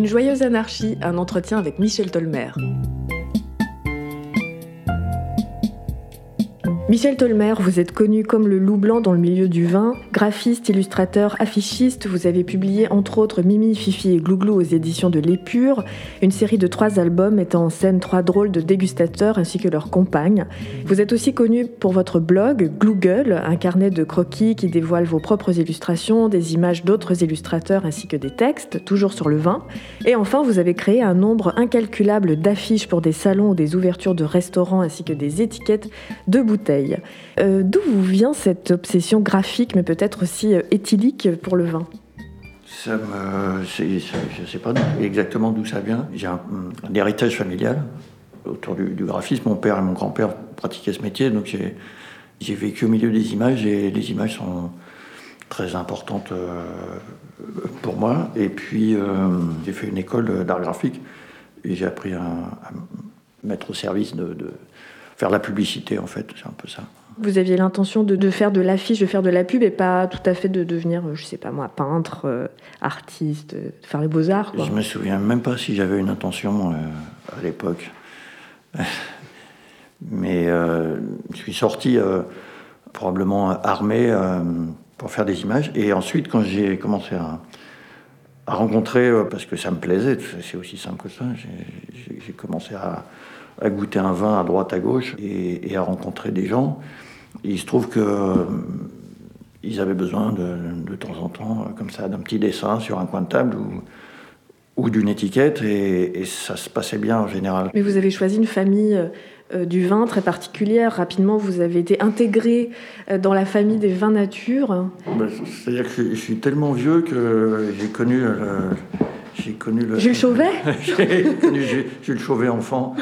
Une joyeuse anarchie, un entretien avec Michel Tolmer. Michel Tolmer, vous êtes connu comme le loup blanc dans le milieu du vin. Graphiste, illustrateur, affichiste, vous avez publié entre autres Mimi, Fifi et Glouglou aux éditions de l'Épure, une série de 3 albums mettant en scène 3 drôles de dégustateurs ainsi que leurs compagnes. Vous êtes aussi connu pour votre blog Glougle, un carnet de croquis qui dévoile vos propres illustrations, des images d'autres illustrateurs ainsi que des textes, toujours sur le vin. Et enfin, vous avez créé un nombre incalculable d'affiches pour des salons ou des ouvertures de restaurants ainsi que des étiquettes de bouteilles. D'où vous vient cette obsession graphique, mais peut-être aussi éthylique pour le vin ? Je ne sais pas exactement d'où ça vient. J'ai un héritage familial autour du graphisme. Mon père et mon grand-père pratiquaient ce métier, donc j'ai vécu au milieu des images et les images sont très importantes pour moi. Et puis j'ai fait une école d'art graphique et j'ai appris à mettre au service de faire la publicité, en fait, c'est un peu ça. Vous aviez l'intention de faire de l'affiche, de faire de la pub et pas tout à fait de devenir, je sais pas moi, peintre, artiste, de faire les beaux-arts, quoi. Je me souviens même pas si j'avais une intention à l'époque. Mais je suis sorti probablement armé pour faire des images. Et ensuite, quand j'ai commencé à rencontrer, parce que ça me plaisait, c'est aussi simple que ça, j'ai commencé à goûter un vin à droite, à gauche, et à rencontrer des gens. Et il se trouve qu'ils avaient besoin de temps en temps, comme ça, d'un petit dessin sur un coin de table ou d'une étiquette, et ça se passait bien en général. Mais vous avez choisi une famille du vin très particulière. Rapidement, vous avez été intégré dans la famille des vins nature. C'est-à-dire que je suis tellement vieux que j'ai connu Jules Chauvet. J'ai connu Jules Chauvet enfant.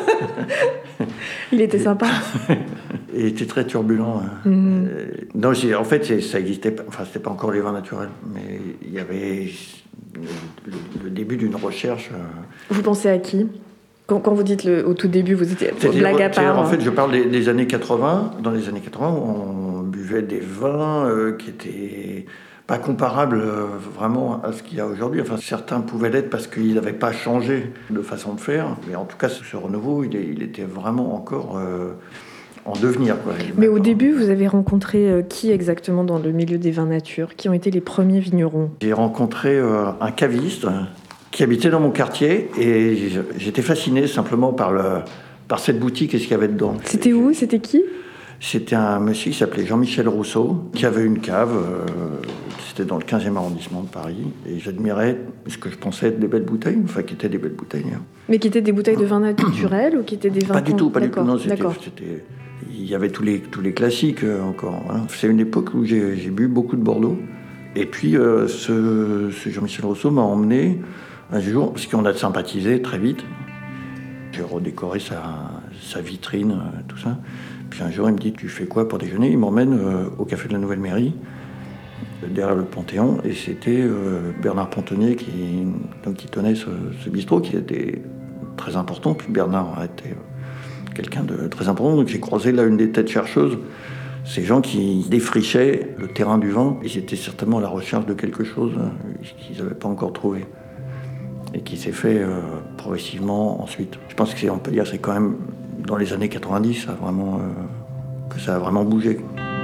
Il était sympa. Il était très turbulent. Mmh. Non, en fait, ça existait pas. Enfin, c'était pas encore les vins naturels, mais il y avait le début d'une recherche. Vous pensez à qui ? Quand vous dites au tout début, vous étiez blague à part. En fait, je parle des années 80. Dans les années 80, on buvait des vins qui étaient pas comparables vraiment à ce qu'il y a aujourd'hui. Enfin, certains pouvaient l'être parce qu'ils n'avaient pas changé de façon de faire. Mais en tout cas, ce renouveau, il était vraiment encore en devenir, quoi. Mais au début, vous avez rencontré qui exactement dans le milieu des vins nature ? Qui ont été les premiers vignerons ? J'ai rencontré un caviste qui habitait dans mon quartier et j'étais fasciné simplement par cette boutique et ce qu'il y avait dedans. C'était où ? C'était qui ? C'était un monsieur qui s'appelait Jean-Michel Rousseau, qui avait une cave, c'était dans le 15e arrondissement de Paris, et j'admirais ce que je pensais être des belles bouteilles, enfin qui étaient des belles bouteilles. Mais qui étaient des bouteilles de vin naturel ou qui étaient des vins... Pas du tout, non, D'accord. Il y avait tous les classiques encore. Voilà. C'est une époque où j'ai bu beaucoup de Bordeaux, et puis ce Jean-Michel Rousseau m'a emmené un jour, parce qu'on a sympathisé très vite, j'ai redécoré sa vitrine, tout ça. Puis un jour, il me dit « Tu fais quoi pour déjeuner ?» Il m'emmène au café de la Nouvelle Mairie, derrière le Panthéon, et c'était Bernard Pontonnier qui tenait ce bistrot, qui était très important. Puis Bernard a été quelqu'un de très important, donc j'ai croisé là une des têtes chercheuses, ces gens qui défrichaient le terrain du vin, et j'étais certainement à la recherche de quelque chose qu'ils n'avaient pas encore trouvé, et qui s'est fait progressivement ensuite. Je pense on peut dire, c'est quand même dans les années 90, que ça a vraiment bougé.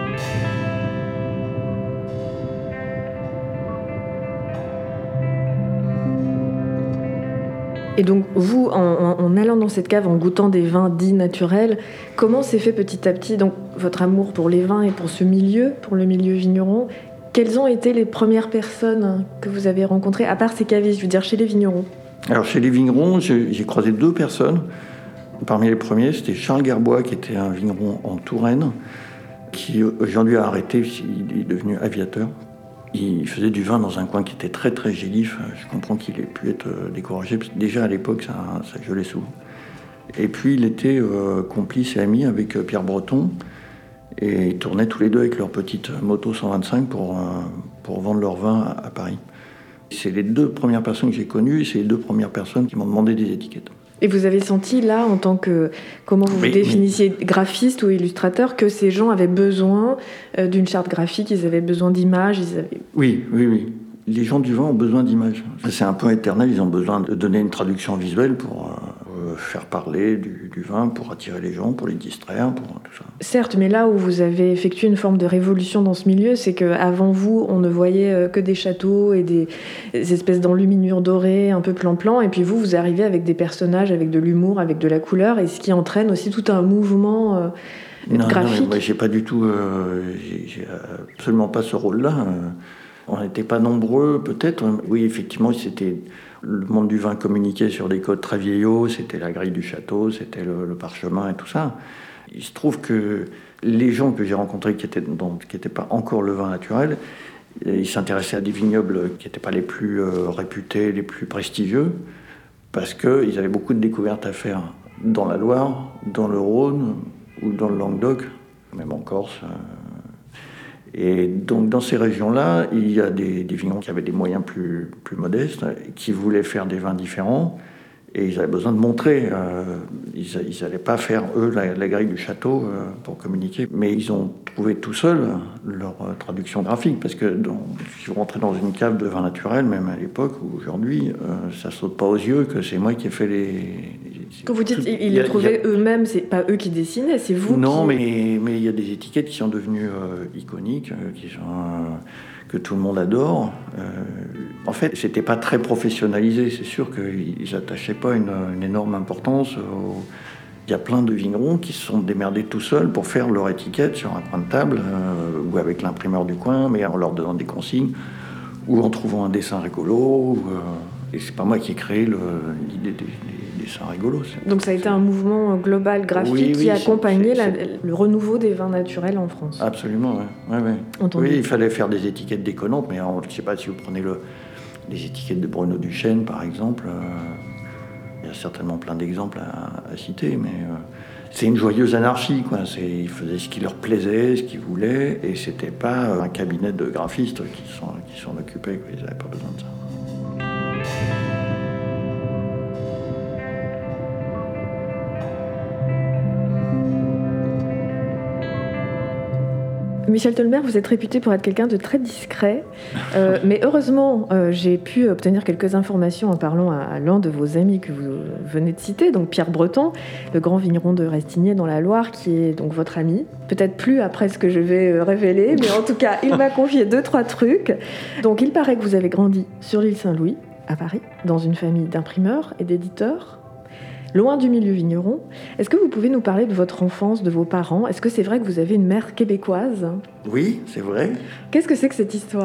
Et donc, vous, en allant dans cette cave, en goûtant des vins dits naturels, comment s'est fait petit à petit donc, votre amour pour les vins et pour ce milieu, pour le milieu vigneron ? Quelles ont été les premières personnes que vous avez rencontrées, à part ces cavistes, je veux dire, chez les vignerons ? Alors, chez les vignerons, j'ai croisé 2 personnes. Parmi les premiers, c'était Charles Gerbois, qui était un vigneron en Touraine, qui aujourd'hui a arrêté, il est devenu aviateur. Il faisait du vin dans un coin qui était très très gélif. Je comprends qu'il ait pu être découragé, parce que déjà à l'époque, ça gelait souvent. Et puis il était complice et ami avec Pierre Breton, et ils tournaient tous les deux avec leur petite moto 125 pour vendre leur vin à Paris. C'est les 2 premières personnes que j'ai connues, et c'est les 2 premières personnes qui m'ont demandé des étiquettes. Et vous avez senti là, en tant que, comment vous vous définissiez, graphiste ou illustrateur, que ces gens avaient besoin d'une charte graphique, ils avaient besoin d'images, Oui. Les gens du vin ont besoin d'images. C'est un peu éternel, ils ont besoin de donner une traduction visuelle pour faire parler du vin, pour attirer les gens, pour les distraire, pour tout ça. Certes, mais là où vous avez effectué une forme de révolution dans ce milieu, c'est qu'avant vous, on ne voyait que des châteaux et des espèces d'enluminures dorées, un peu plan-plan, et puis vous arrivez avec des personnages, avec de l'humour, avec de la couleur, et ce qui entraîne aussi tout un mouvement graphique. Non, moi, j'ai pas du tout... j'ai absolument pas ce rôle-là. On n'était pas nombreux, peut-être. Oui, effectivement, c'était... Le monde du vin communiquait sur des codes très vieillots, c'était la grille du château, c'était le parchemin et tout ça. Il se trouve que les gens que j'ai rencontrés qui n'étaient pas encore le vin naturel, ils s'intéressaient à des vignobles qui n'étaient pas les plus réputés, les plus prestigieux, parce qu'ils avaient beaucoup de découvertes à faire dans la Loire, dans le Rhône ou dans le Languedoc, même en Corse. Et donc dans ces régions-là, il y a des vignerons qui avaient des moyens plus modestes, qui voulaient faire des vins différents, et ils avaient besoin de montrer. Ils n'allaient pas faire, eux, la grille du château pour communiquer, mais ils ont trouvé tout seuls leur traduction graphique, parce que si vous rentrez dans une cave de vin naturel, même à l'époque ou aujourd'hui, ça saute pas aux yeux que c'est moi qui ai fait les... Quand vous dites ils les trouvaient eux-mêmes, c'est pas eux qui dessinaient, c'est vous Non, qui... mais il y a des étiquettes qui sont devenues iconiques, que tout le monde adore. En fait, c'était pas très professionnalisé. C'est sûr qu'ils n'attachaient pas une énorme importance. Il y a plein de vignerons qui se sont démerdés tout seuls pour faire leur étiquette sur un coin de table, ou avec l'imprimeur du coin, mais en leur donnant des consignes, ou en trouvant un dessin rigolo. Et c'est pas moi qui ai créé l'idée des dessins rigolos. Donc ça a été un mouvement global graphique qui accompagnait le renouveau des vins naturels en France. Absolument, oui. Oui, il fallait faire des étiquettes déconnantes, mais je ne sais pas si vous prenez les étiquettes de Bruno Duchesne, par exemple. Il y a certainement plein d'exemples à citer, mais c'est une joyeuse anarchie, quoi. Ils faisaient ce qui leur plaisait, ce qu'ils voulaient, et c'était pas un cabinet de graphistes qui s'en occupaient, ils n'avaient pas besoin de ça. Michel Tolmer, vous êtes réputé pour être quelqu'un de très discret, mais heureusement, j'ai pu obtenir quelques informations en parlant à l'un de vos amis que vous venez de citer, donc Pierre Breton, le grand vigneron de Rastigné dans la Loire, qui est donc votre ami. Peut-être plus après ce que je vais révéler, mais en tout cas, il m'a confié 2-3 trucs. Donc, il paraît que vous avez grandi sur l'île Saint-Louis, à Paris, dans une famille d'imprimeurs et d'éditeurs. Loin du milieu vigneron, est-ce que vous pouvez nous parler de votre enfance, de vos parents ? Est-ce que c'est vrai que vous avez une mère québécoise ? Oui, c'est vrai. Qu'est-ce que c'est que cette histoire ?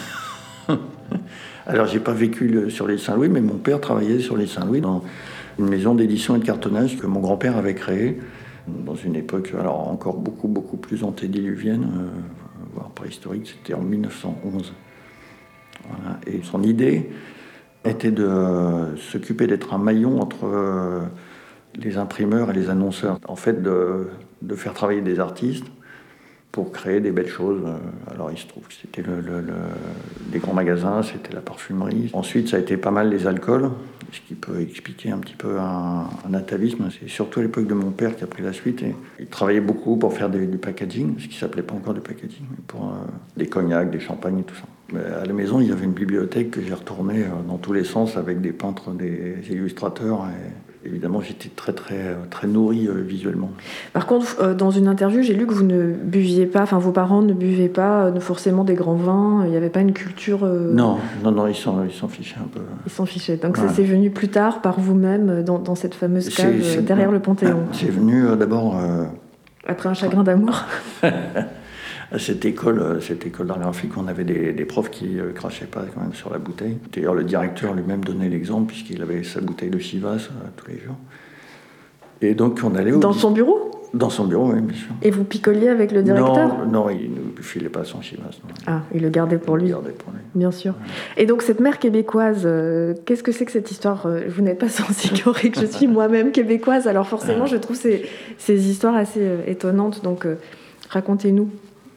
Alors, j'ai pas vécu sur l'île Saint-Louis, mais mon père travaillait sur l'île Saint-Louis dans une maison d'édition et de cartonnage que mon grand-père avait créée dans une époque alors encore beaucoup plus antédiluvienne, voire préhistorique. C'était en 1911. Voilà. Et son idée était de s'occuper d'être un maillon entre les imprimeurs et les annonceurs. En fait, de faire travailler des artistes pour créer des belles choses. Alors, il se trouve que c'était les grands magasins, c'était la parfumerie. Ensuite, ça a été pas mal les alcools, ce qui peut expliquer un petit peu un atavisme. C'est surtout à l'époque de mon père qui a pris la suite. Et il travaillait beaucoup pour faire du packaging, ce qui ne s'appelait pas encore du packaging, mais pour des cognacs, des champagnes et tout ça. Mais à la maison, il y avait une bibliothèque que j'ai retournée dans tous les sens avec des peintres, des illustrateurs. Et évidemment, j'étais très nourri visuellement. Par contre, dans une interview, j'ai lu que vous ne buviez pas, enfin vos parents ne buvaient pas forcément des grands vins. Il n'y avait pas une culture. Non, ils s'en fichaient un peu. Ils s'en fichaient. Donc ça, c'est venu plus tard par vous-même dans cette fameuse cave derrière le Panthéon. C'est venu d'abord. Après un chagrin d'amour. À cette école d'art graphique, on avait des profs qui crachaient pas quand même sur la bouteille. D'ailleurs, le directeur lui-même donnait l'exemple puisqu'il avait sa bouteille de Chivas tous les jours. Et donc, on allait dans son bureau ? Dans son bureau, oui, bien sûr. Et vous picoliez avec le directeur ? Non, il ne filait pas son Chivas. Non. Ah, il le gardait pour lui. Bien sûr. Ouais. Et donc, cette mère québécoise, qu'est-ce que c'est que cette histoire ? Vous n'êtes pas sans ignorer que je suis moi-même québécoise, alors forcément, je trouve ces histoires assez étonnantes. Donc, racontez-nous.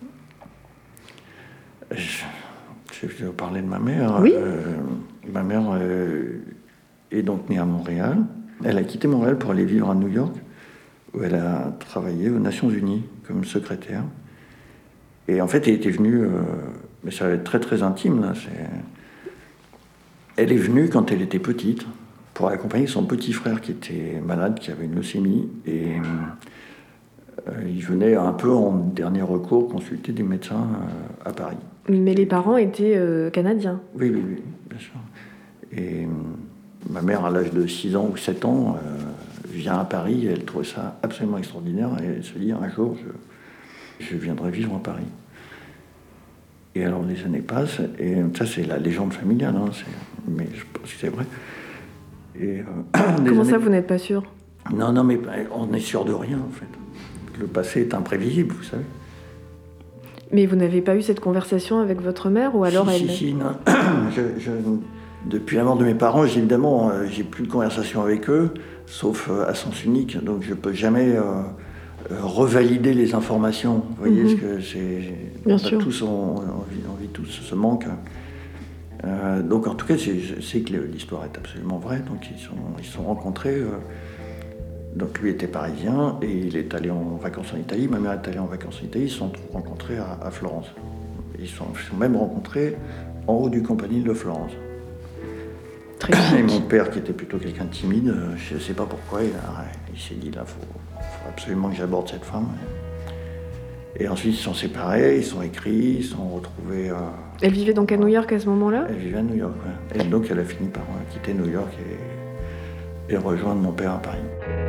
Je vais vous parler de ma mère. Oui. Ma mère est donc née à Montréal. Elle a quitté Montréal pour aller vivre à New York, où elle a travaillé aux Nations Unies comme secrétaire. Et en fait, elle était venue, mais ça va être très intime, là. Elle est venue quand elle était petite pour accompagner son petit frère qui était malade, qui avait une leucémie. Et il venait un peu en dernier recours consulter des médecins à Paris. Mais les parents étaient canadiens. Oui, bien sûr. Et ma mère, à l'âge de 6 ans ou 7 ans, vient à Paris et elle trouve ça absolument extraordinaire. Et elle se dit, un jour, je viendrai vivre à Paris. Et alors les années passent, et ça c'est la légende familiale, hein, mais je pense que c'est vrai. Et, comment ça, vous n'êtes pas sûr? Non, mais on n'est sûr de rien en fait. Le passé est imprévisible, vous savez. Mais vous n'avez pas eu cette conversation avec votre mère ou alors elle... Si, non. Depuis la mort de mes parents, évidemment, j'ai plus de conversation avec eux, sauf à sens unique, donc je peux jamais revalider les informations. Vous voyez ce que c'est. Bien sûr. On vit tous ce manque. Donc en tout cas, je sais que l'histoire est absolument vraie. Donc ils se sont rencontrés. Donc lui était parisien et il est allé en vacances en Italie. Ma mère est allée en vacances en Italie. Ils se sont rencontrés à Florence. Ils se sont même rencontrés en haut du campanile de Florence. Très et mon père, qui était plutôt quelqu'un de timide, je ne sais pas pourquoi, il s'est dit là, faut absolument que j'aborde cette femme. Et ensuite, ils se sont séparés, ils sont écrits, ils se sont retrouvés. Elle vivait donc à New York à ce moment-là? Elle vivait à New York, ouais. Et donc elle a fini par quitter New York et rejoindre mon père à Paris.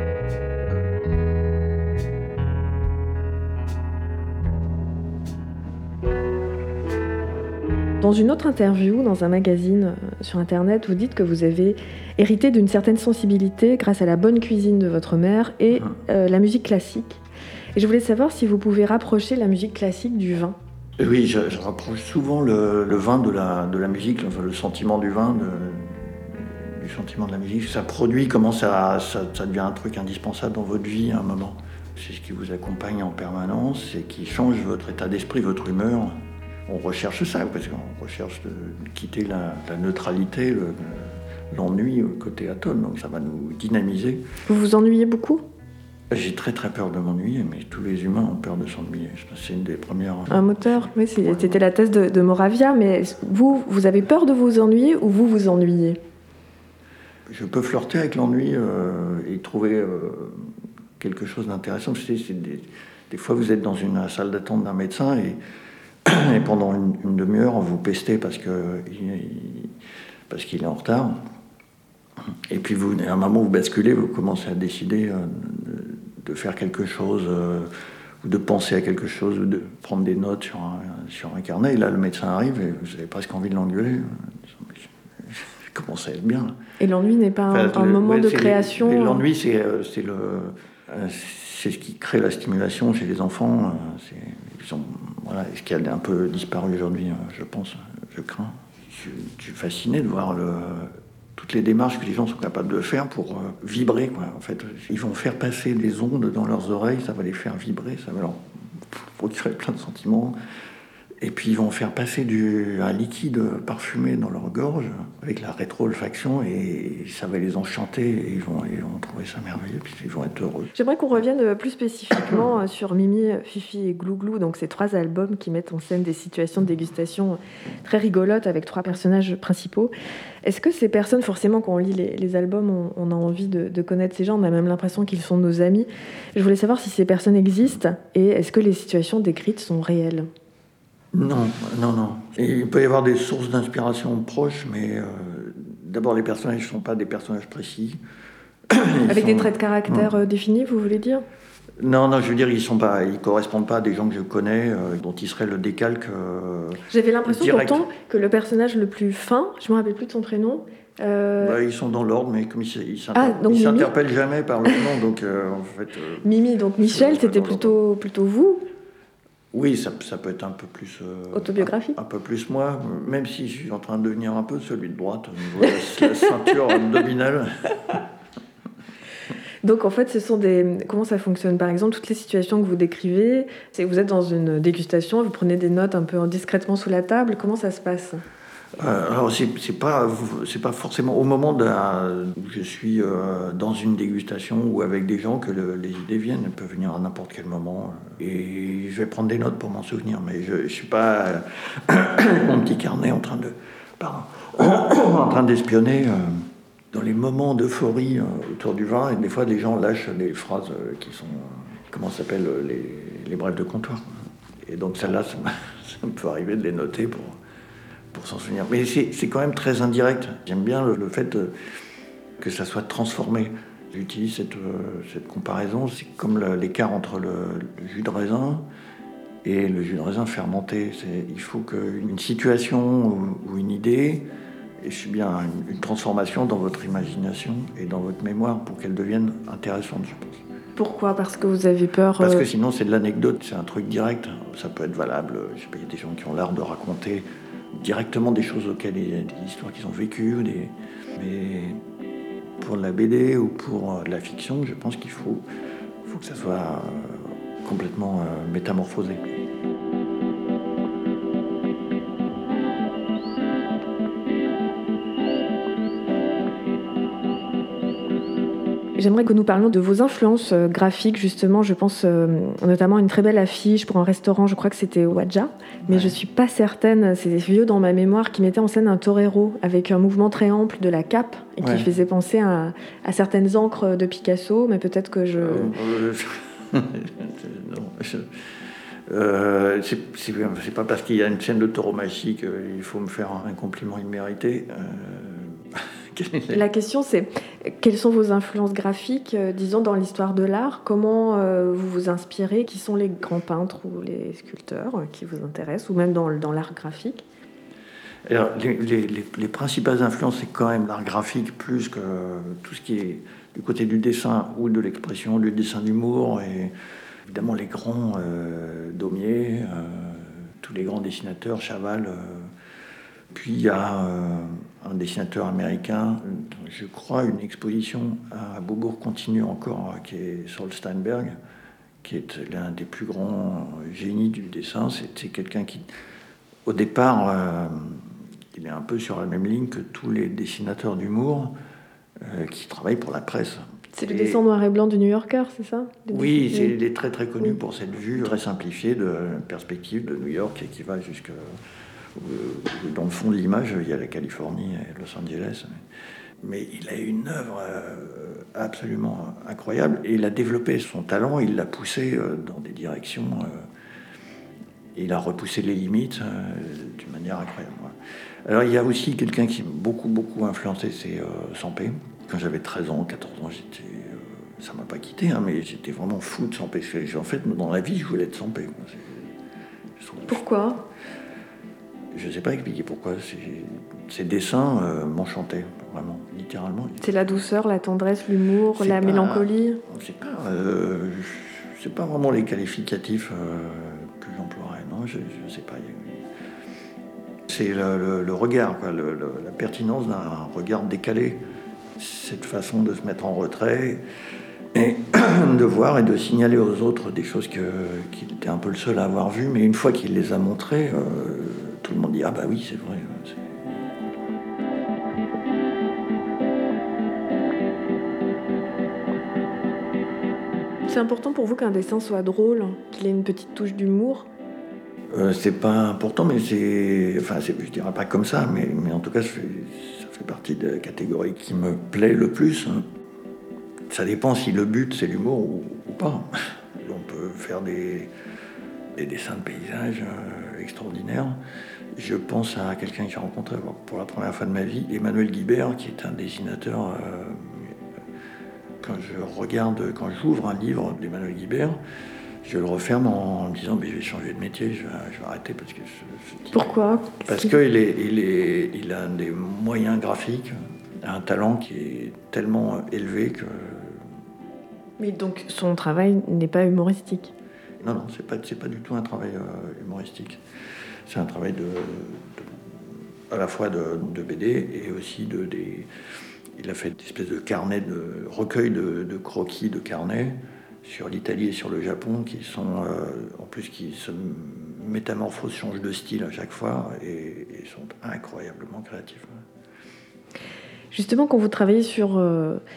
Dans une autre interview, dans un magazine sur Internet, vous dites que vous avez hérité d'une certaine sensibilité grâce à la bonne cuisine de votre mère et la musique classique. Et je voulais savoir si vous pouvez rapprocher la musique classique du vin. Oui, je rapproche souvent le vin de la musique, enfin, le sentiment du vin, du sentiment de la musique. Ça produit, comment ça devient un truc indispensable dans votre vie à un moment. C'est ce qui vous accompagne en permanence, c'est qui change votre état d'esprit, votre humeur. On recherche ça, parce qu'on recherche de quitter la neutralité, l'ennui, le côté atone, donc ça va nous dynamiser. Vous vous ennuyez beaucoup? J'ai très très peur de m'ennuyer, mais tous les humains ont peur de s'ennuyer. C'est une des premières... Un moteur, oui, c'était la thèse de Moravia, mais vous avez peur de vous ennuyer ou vous vous ennuyez? Je peux flirter avec l'ennui et trouver quelque chose d'intéressant. Des fois, vous êtes dans une salle d'attente d'un médecin et pendant une demi-heure, on vous pestez parce qu'il est en retard. Et puis, à un moment, vous basculez, vous commencez à décider de faire quelque chose, ou de penser à quelque chose, ou de prendre des notes sur un carnet. Et là, le médecin arrive et vous avez presque envie de l'engueuler. Je commence à être bien. Et l'ennui n'est pas un moment de création? L'ennui, c'est ce qui crée la stimulation chez les enfants. Ce qui a un peu disparu aujourd'hui, je pense, je crains. Je suis fasciné de voir toutes les démarches que les gens sont capables de faire pour vibrer, quoi. En fait, ils vont faire passer des ondes dans leurs oreilles, ça va les faire vibrer, ça va leur procurer plein de sentiments. Et puis ils vont faire passer un liquide parfumé dans leur gorge avec la rétro-olfaction et ça va les enchanter et ils vont trouver ça merveilleux puis ils vont être heureux. J'aimerais qu'on revienne plus spécifiquement sur Mimi, Fifi et Glouglou, donc ces 3 albums qui mettent en scène des situations de dégustation très rigolotes avec 3 personnages principaux. Est-ce que ces personnes, forcément quand on lit les albums, on a envie de connaître ces gens, on a même l'impression qu'ils sont nos amis. Je voulais savoir si ces personnes existent et est-ce que les situations décrites sont réelles? Non. Et il peut y avoir des sources d'inspiration proches, mais d'abord, les personnages ne sont pas des personnages précis. Avec des traits de caractère définis, vous voulez dire? Non, je veux dire, ils correspondent pas à des gens que je connais, dont ils seraient le décalque. J'avais l'impression direct. Pourtant que le personnage le plus fin, je ne me rappelle plus de son prénom. Ils sont dans l'ordre, mais comme ils s'interpellent jamais par le nom, donc en fait. Mimi, donc Michel, c'était plutôt vous. Oui, ça peut être un peu plus... autobiographique. Un peu plus moi, même si je suis en train de devenir un peu celui de droite au niveau de la ceinture abdominale. Donc en fait, ce sont comment ça fonctionne? Par exemple, toutes les situations que vous décrivez, c'est que vous êtes dans une dégustation, vous prenez des notes un peu discrètement sous la table, comment ça se passe? Alors c'est pas forcément au moment où je suis dans une dégustation ou avec des gens que les idées viennent. Elles peuvent venir à n'importe quel moment et je vais prendre des notes pour m'en souvenir, mais je suis pas mon petit carnet en train pardon, en train d'espionner dans les moments d'euphorie autour du vin. Et des fois, les gens lâchent des phrases qui sont, comment ça s'appelle, les brèves de comptoir. Et donc celles-là, ça me peut arriver de les noter pour s'en souvenir. Mais c'est quand même très indirect. J'aime bien le fait que ça soit transformé. J'utilise cette comparaison. C'est comme l'écart entre le jus de raisin et le jus de raisin fermenté. Il faut qu'une situation ou une idée ait subi une transformation dans votre imagination et dans votre mémoire pour qu'elle devienne intéressante, je pense. Pourquoi ? Parce que vous avez peur Parce que sinon, c'est de l'anecdote, c'est un truc direct. Ça peut être valable. Je sais pas, il y a des gens qui ont l'art de raconter directement des choses auxquelles il y a des histoires qu'ils ont vécues. Mais pour la BD ou pour la fiction, je pense qu'il faut que ça soit complètement métamorphosé. J'aimerais que nous parlions de vos influences graphiques, justement. Je pense notamment à une très belle affiche pour un restaurant, je crois que c'était Wadja, mais je ne suis pas certaine, c'est vieux dans ma mémoire, qui mettait en scène un torero avec un mouvement très ample de la cape et qui faisait penser à certaines encres de Picasso, mais peut-être que je... c'est pas parce qu'il y a une scène de taureau magique il faut me faire un compliment immérité. La question, c'est quelles sont vos influences graphiques, disons, dans l'histoire de l'art ? Comment vous vous inspirez ? Qui sont les grands peintres ou les sculpteurs qui vous intéressent, ou même dans l'art graphique ? Alors, les principales influences, c'est quand même l'art graphique, plus que tout ce qui est du côté du dessin ou de l'expression, du dessin d'humour, et évidemment les grands Daumier, tous les grands dessinateurs, Chaval. Puis il y a un dessinateur américain, je crois, une exposition à Beaubourg continue encore, qui est Saul Steinberg, qui est l'un des plus grands génies du dessin. C'est quelqu'un qui, au départ, il est un peu sur la même ligne que tous les dessinateurs d'humour qui travaillent pour la presse. C'est le dessin noir et blanc du New Yorker, c'est ça ? Oui, il est très très connu pour cette vue très simplifiée de perspective de New York et qui va jusque... Dans le fond de l'image, il y a la Californie et Los Angeles. Mais il a une œuvre absolument incroyable. Et il a développé son talent, il l'a poussé dans des directions. Il a repoussé les limites d'une manière incroyable. Alors il y a aussi quelqu'un qui m'a beaucoup influencé, c'est Sampé. Quand j'avais 13 ans, 14 ans, ça m'a pas quitté, mais j'étais vraiment fou de Sampé. En fait, dans la vie, je voulais être Sampé. Pourquoi ? Je ne sais pas expliquer pourquoi. Ces dessins m'enchantaient, vraiment, littéralement. C'est la douceur, la tendresse, l'humour, la mélancolie ? C'est pas vraiment les qualificatifs que j'emploierais, non, je ne sais pas. C'est le regard, quoi, la pertinence d'un regard décalé. Cette façon de se mettre en retrait et de voir et de signaler aux autres des choses qu'il était un peu le seul à avoir vues, mais une fois qu'il les a montrées, tout le monde dit « Ah bah oui, c'est vrai ». C'est important pour vous qu'un dessin soit drôle, qu'il ait une petite touche d'humour ? C'est pas important, mais je dirais pas comme ça, mais en tout cas, ça fait partie de la catégorie qui me plaît le plus. Ça dépend si le but c'est l'humour ou pas. On peut faire des dessins de paysages extraordinaires. Je pense à quelqu'un que j'ai rencontré pour la première fois de ma vie, Emmanuel Guibert, qui est un dessinateur. Quand j'ouvre un livre d'Emmanuel Guibert, je le referme en me disant mais je vais changer de métier, je vais arrêter parce que Pourquoi ? Parce qu'il a des moyens graphiques, un talent qui est tellement élevé que... Mais donc son travail n'est pas humoristique ? Non, c'est pas du tout un travail humoristique. C'est un travail à la fois de BD et aussi il a fait des espèces de carnets, de recueil de croquis de carnets sur l'Italie et sur le Japon qui sont en plus qui se métamorphosent, changent de style à chaque fois et sont incroyablement créatifs. Justement, quand vous travaillez sur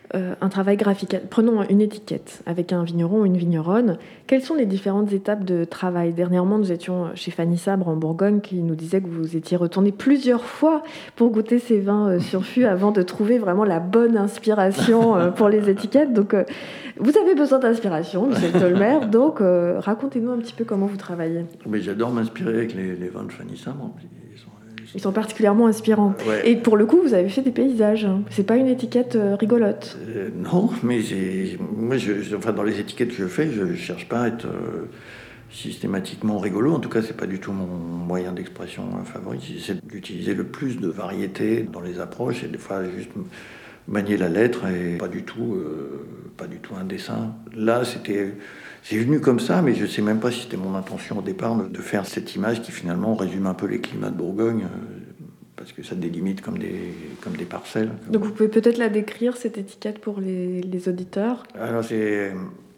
un travail graphique. Prenons une étiquette avec un vigneron ou une vigneronne. Quelles sont les différentes étapes de travail ? Dernièrement, nous étions chez Fanny Sabre en Bourgogne qui nous disait que vous étiez retourné plusieurs fois pour goûter ces vins sur fût avant de trouver vraiment la bonne inspiration pour les étiquettes. Donc, vous avez besoin d'inspiration, Michel Tolmer. Donc, racontez-nous un petit peu comment vous travaillez. Mais j'adore m'inspirer avec les vins de Fanny Sabre. Ils sont particulièrement inspirants. Ouais. Et pour le coup, vous avez fait des paysages. C'est pas une étiquette rigolote. Non, mais moi, dans les étiquettes que je fais, je ne cherche pas à être systématiquement rigolo. En tout cas, c'est pas du tout mon moyen d'expression favori. J'essaie d'utiliser le plus de variété dans les approches et des fois juste manier la lettre et pas du tout un dessin. Là, c'est venu comme ça, mais je ne sais même pas si c'était mon intention au départ de faire cette image qui finalement résume un peu les climats de Bourgogne, parce que ça délimite comme des parcelles. Donc vous pouvez peut-être la décrire, cette étiquette, pour les auditeurs. Alors c'est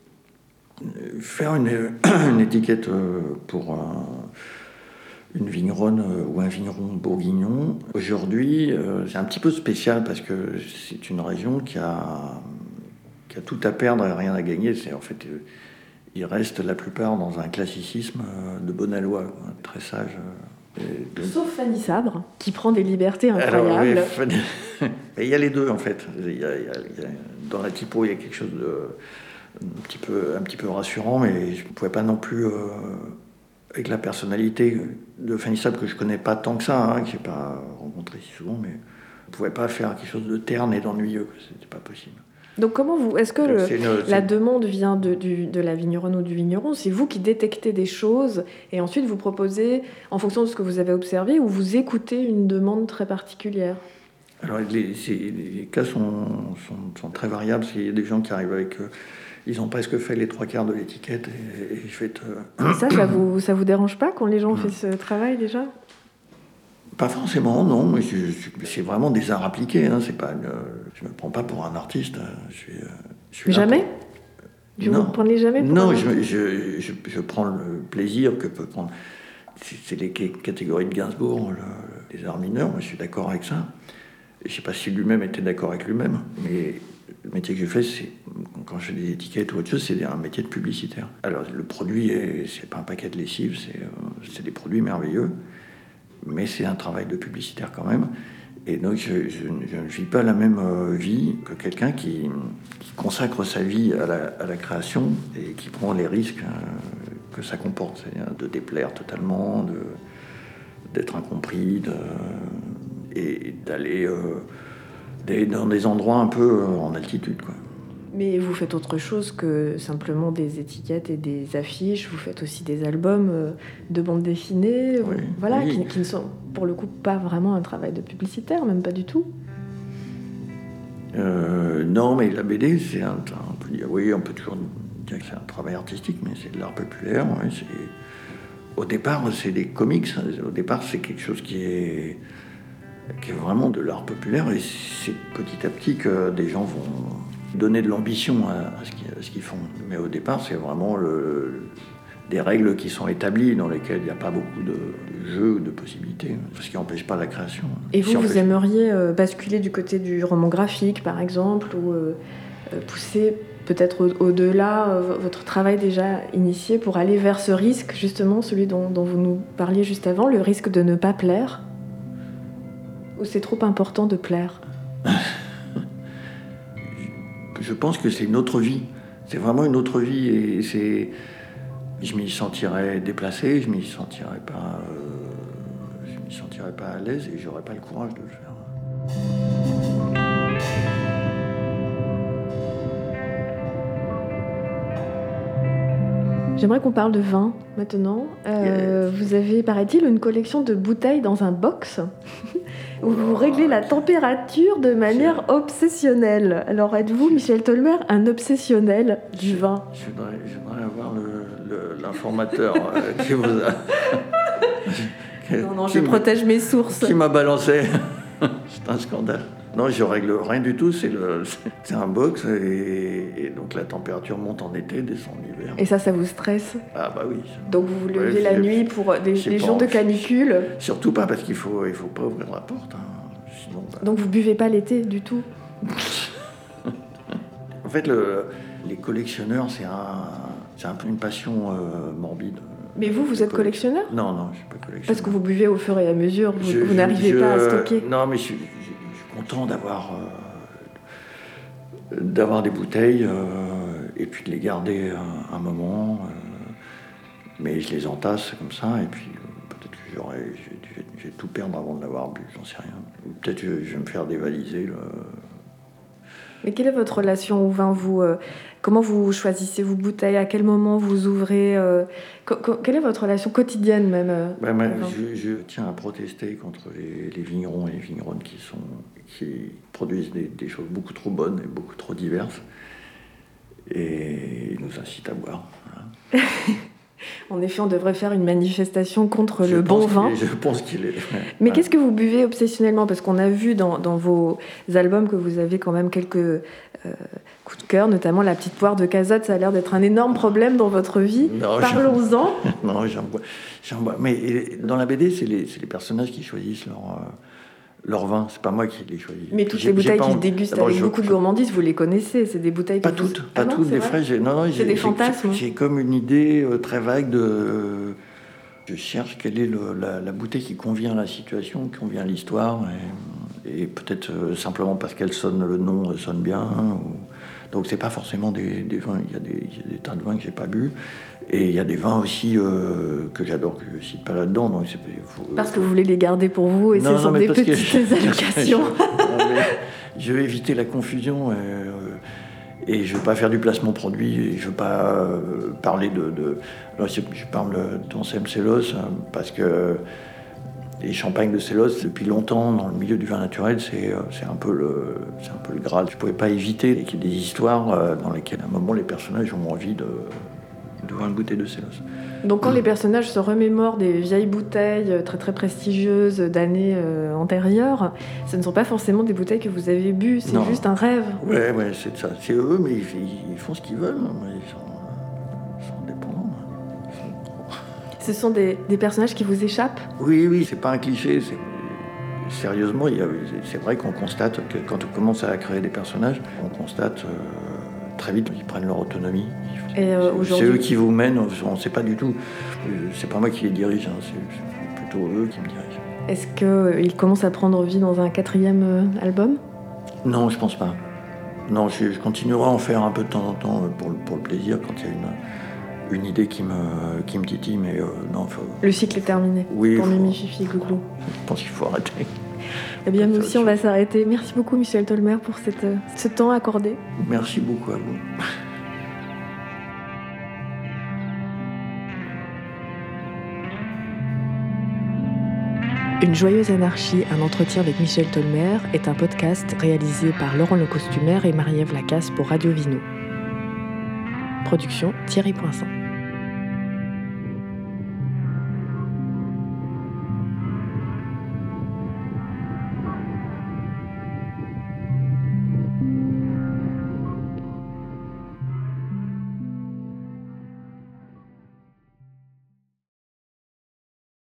faire une étiquette pour une vigneronne ou un vigneron bourguignon. Aujourd'hui, c'est un petit peu spécial parce que c'est une région qui a tout à perdre et rien à gagner. Ils restent la plupart dans un classicisme de bon aloi, très sage. Sauf Fanny Sabre, qui prend des libertés incroyables. Alors, il y a les deux, en fait. Dans la typo, il y a quelque chose un petit peu rassurant, mais je ne pouvais pas non plus, avec la personnalité de Fanny Sabre, que je ne connais pas tant que ça, que je n'ai pas rencontré si souvent, mais je ne pouvais pas faire quelque chose de terne et d'ennuyeux. Ce n'était pas possible. Donc est-ce que la demande vient de la vigneronne ou du vigneron ? C'est vous qui détectez des choses et ensuite vous proposez, en fonction de ce que vous avez observé, ou vous écoutez une demande très particulière ? Alors les cas sont très variables. Il y a des gens qui arrivent avec... ils ont presque fait les 3 quarts de l'étiquette et je vais te... Ça vous dérange pas quand les gens ont fait ce travail déjà ? Pas forcément, non. Mais c'est vraiment des arts appliqués. C'est pas je me prends pas pour un artiste. Je suis jamais. Vous ne prenez jamais pour non, un artiste ? je prends le plaisir que peut prendre. C'est les catégories de Gainsbourg, les arts mineurs. Moi, je suis d'accord avec ça. Et je sais pas si lui-même était d'accord avec lui-même, mais le métier que je fais, quand je fais des étiquettes ou autre chose, c'est un métier de publicitaire. Alors le produit, c'est pas un paquet de lessive, c'est des produits merveilleux. Mais c'est un travail de publicitaire quand même. Et donc, je ne vis pas la même vie que quelqu'un qui consacre sa vie à la création et qui prend les risques que ça comporte. C'est-à-dire de déplaire totalement, d'être incompris, et d'aller dans des endroits un peu en altitude, quoi. Mais vous faites autre chose que simplement des étiquettes et des affiches. Vous faites aussi des albums de bande dessinée, oui. Qui ne sont pour le coup pas vraiment un travail de publicitaire, même pas du tout. Non, mais la BD, on peut toujours dire que c'est un travail artistique, mais c'est de l'art populaire. Ouais, au départ, c'est des comics. Au départ, c'est quelque chose qui est vraiment de l'art populaire, et c'est petit à petit que des gens vont donner de l'ambition à ce qu'ils font. Mais au départ, c'est vraiment des règles qui sont établies, dans lesquelles il n'y a pas beaucoup de jeux ou de possibilités, ce qui n'empêche pas la création. Et vous aimeriez basculer du côté du roman graphique, par exemple, ou pousser peut-être au-delà votre travail déjà initié pour aller vers ce risque, justement, celui dont vous nous parliez juste avant, le risque de ne pas plaire ? Ou c'est trop important de plaire ? Je pense que c'est une autre vie. C'est vraiment une autre vie, et je m'y sentirais déplacé, je m'y sentirais pas à l'aise, et j'aurais pas le courage de le faire. J'aimerais qu'on parle de vin maintenant. Yes. Vous avez, paraît-il, une collection de bouteilles dans un box où vous réglez la température de manière obsessionnelle. Alors, êtes-vous, Michel Tolmer, un obsessionnel du vin ? Je voudrais avoir l'informateur qui vous a... Non, je protège mes sources. Qui m'a balancé. C'est un scandale. Non, je règle rien du tout, c'est un box, et donc la température monte en été, descend en hiver. Et ça vous stresse ? Ah bah oui. Donc vous vous levez la nuit pour des jours de canicule ? Surtout pas, parce qu'il faut pas ouvrir la porte. Sinon, Donc vous buvez pas l'été du tout ? En fait, les collectionneurs, c'est un peu une passion morbide. Mais vous êtes collectionneur ? Non, je ne suis pas collectionneur. Parce que vous buvez au fur et à mesure, vous n'arrivez pas à stocker. Non, mais je suis content d'avoir des bouteilles et puis de les garder un moment. Mais je les entasse comme ça, et puis peut-être que je vais tout perdre avant de l'avoir bu, j'en sais rien. Ou peut-être que je vais me faire dévaliser. Mais quelle est votre relation au vin, vous comment vous choisissez vos bouteilles? À quel moment vous ouvrez quelle est votre relation quotidienne même je tiens à protester contre les vignerons et les vigneronnes qui produisent des choses beaucoup trop bonnes et beaucoup trop diverses et nous incitent à boire. Voilà. En effet, on devrait faire une manifestation contre le bon vin. Je pense qu'il est. Mais qu'est-ce que vous buvez obsessionnellement? Parce qu'on a vu dans vos albums que vous avez quand même quelques coups de cœur, notamment La Petite Poire de Cazotte. Ça a l'air d'être un énorme problème dans votre vie. Non, parlons-en. Non, j'en bois. Mais dans la BD, c'est les personnages qui choisissent leur vin. C'est pas moi qui les choisis. Mais toutes les bouteilles qu'ils dégustent avec beaucoup de gourmandise, vous les connaissez. C'est des bouteilles pas toutes, des frais. C'est des fantasmes. J'ai comme une idée très vague de. Je cherche quelle est la bouteille qui convient à la situation, qui convient à l'histoire, et peut-être simplement parce le nom sonne bien. Donc c'est pas forcément des vins. Il y a des tas de vins que j'ai pas bu, et il y a des vins aussi que j'adore, que je cite pas là-dedans. Donc parce que vous voulez les garder pour vous, et ce sont des petites allocations. Je vais éviter la confusion. Et je ne veux pas faire du placement produit, et je ne veux pas parler je parle d'Anselme Sélos, parce que les champagnes de Sélos, depuis longtemps, dans le milieu du vin naturel, c'est un peu le Graal. Je ne pouvais pas éviter qu'il y ait des histoires dans lesquelles, à un moment, les personnages ont envie de voir une bouteille de Sélos. Donc quand les personnages se remémorent des vieilles bouteilles très très prestigieuses d'années antérieures, ce ne sont pas forcément des bouteilles que vous avez bues, c'est juste un rêve. Ouais, c'est ça. C'est eux, mais ils font ce qu'ils veulent. Ils sont indépendants. Ce sont des personnages qui vous échappent ? Oui, c'est pas un cliché. Sérieusement, c'est vrai qu'on constate que quand on commence à créer des personnages, on constate très vite qu'ils prennent leur autonomie. C'est eux qui vous mènent, on ne sait pas du tout. C'est pas moi qui les dirige, c'est plutôt eux qui me dirigent. Est-ce qu'ils commencent à prendre vie dans un 4e album ? Non, je pense pas. Non, je continuerai à en faire un peu de temps en temps pour le plaisir, quand il y a une idée qui me titille, mais non. Le cycle est terminé pour Mimi, Fifi et Glouglou. Je pense qu'il faut arrêter. Eh bien, nous aussi, on va s'arrêter. Merci beaucoup, Michel Tolmer, pour ce temps accordé. Merci beaucoup à vous. Une joyeuse anarchie, un entretien avec Michel Tolmer est un podcast réalisé par Laurent Le Costumaire et Marie-Ève Lacasse pour Radio Vino. Production Thierry Poinçon.